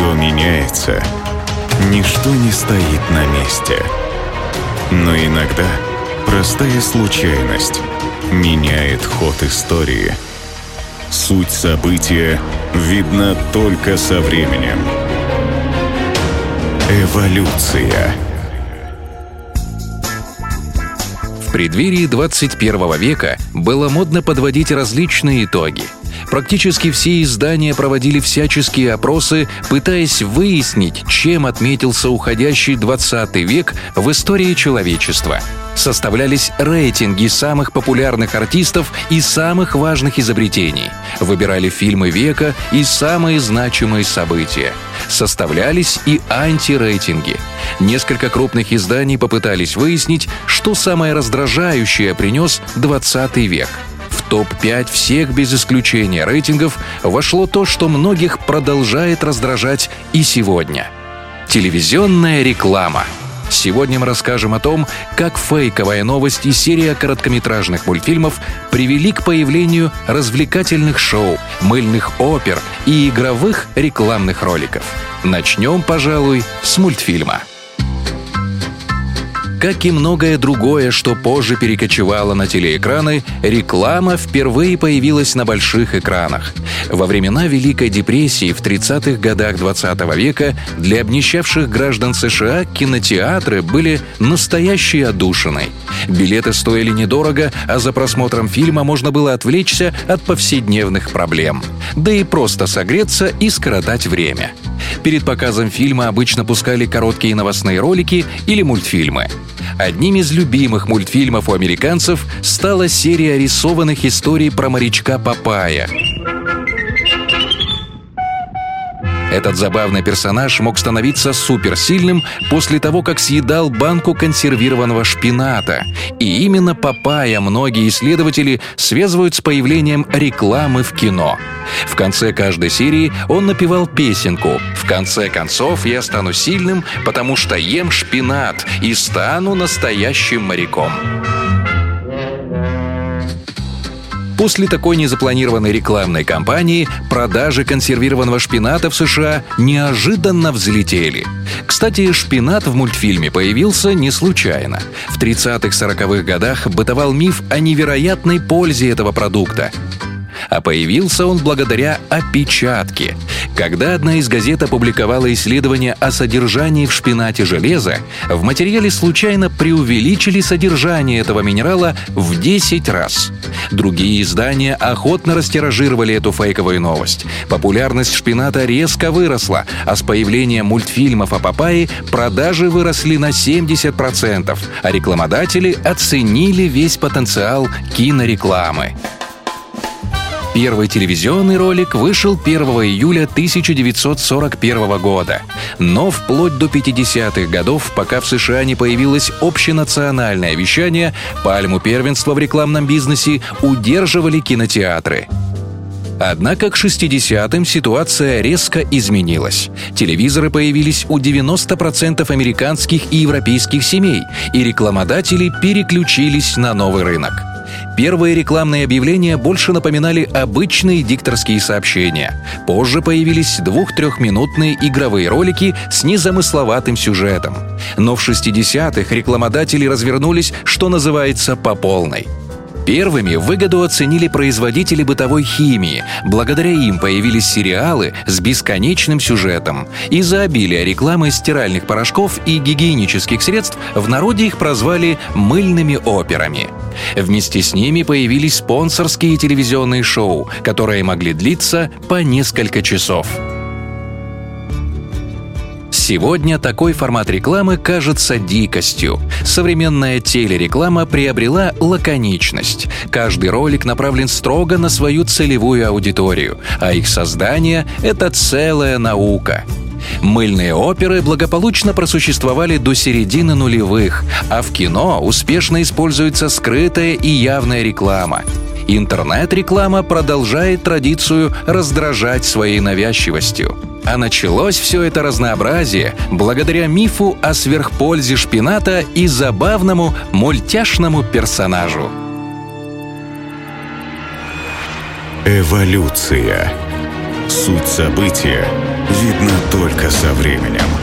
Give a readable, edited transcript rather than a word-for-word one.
Все меняется. Ничто не стоит на месте. Но иногда простая случайность меняет ход истории. Суть события видна только со временем. Эволюция. В преддверии 21 века было модно подводить различные итоги. Практически все издания проводили всяческие опросы, пытаясь выяснить, чем отметился уходящий 20 век в истории человечества. Составлялись рейтинги самых популярных артистов и самых важных изобретений. Выбирали фильмы века и самые значимые события. Составлялись и антирейтинги. Несколько крупных изданий попытались выяснить, что самое раздражающее принес 20 век. В топ-5 всех без исключения рейтингов вошло то, что многих продолжает раздражать и сегодня. Телевизионная реклама. Сегодня мы расскажем о том, как фейковая новость и серия короткометражных мультфильмов привели к появлению развлекательных шоу, мыльных опер и игровых рекламных роликов. Начнем, пожалуй, с мультфильма. Как и многое другое, что позже перекочевало на телеэкраны, реклама впервые появилась на больших экранах. Во времена Великой депрессии в 30-х годах 20 века для обнищавших граждан США кинотеатры были настоящей отдушиной. Билеты стоили недорого, а за просмотром фильма можно было отвлечься от повседневных проблем. Да и просто согреться и скоротать время. Перед показом фильма обычно пускали короткие новостные ролики или мультфильмы. Одним из любимых мультфильмов у американцев стала серия рисованных историй про морячка Попая. Этот забавный персонаж мог становиться суперсильным после того, как съедал банку консервированного шпината. И именно Попая многие исследователи связывают с появлением рекламы в кино. В конце каждой серии он напевал песенку «В конце концов я стану сильным, потому что ем шпинат и стану настоящим моряком». После такой незапланированной рекламной кампании продажи консервированного шпината в США неожиданно взлетели. Кстати, шпинат в мультфильме появился не случайно. В 30-40-х годах бытовал миф о невероятной пользе этого продукта. А появился он благодаря опечатке. Когда одна из газет опубликовала исследование о содержании в шпинате железа, в материале случайно преувеличили содержание этого минерала в 10 раз. Другие издания охотно растиражировали эту фейковую новость. Популярность шпината резко выросла, а с появлением мультфильмов о Попае продажи выросли на 70%, а рекламодатели оценили весь потенциал кинорекламы. Первый телевизионный ролик вышел 1 июля 1941 года. Но вплоть до 50-х годов, пока в США не появилось общенациональное вещание, пальму первенства в рекламном бизнесе удерживали кинотеатры. Однако к 60-м ситуация резко изменилась. Телевизоры появились у 90% американских и европейских семей, и рекламодатели переключились на новый рынок. Первые рекламные объявления больше напоминали обычные дикторские сообщения. Позже появились 2-3-минутные игровые ролики с незамысловатым сюжетом. Но в 60-х рекламодатели развернулись, что называется, по полной. Первыми выгоду оценили производители бытовой химии. Благодаря им появились сериалы с бесконечным сюжетом. Из-за обилия рекламы стиральных порошков и гигиенических средств в народе их прозвали «мыльными операми». Вместе с ними появились спонсорские телевизионные шоу, которые могли длиться по несколько часов. Сегодня такой формат рекламы кажется дикостью. Современная телереклама приобрела лаконичность. Каждый ролик направлен строго на свою целевую аудиторию, а их создание — это целая наука. Мыльные оперы благополучно просуществовали до середины нулевых, а в кино успешно используется скрытая и явная реклама. Интернет-реклама продолжает традицию раздражать своей навязчивостью. А началось все это разнообразие благодаря мифу о сверхпользе шпината и забавному мультяшному персонажу. Эволюция. Суть события видно только со временем.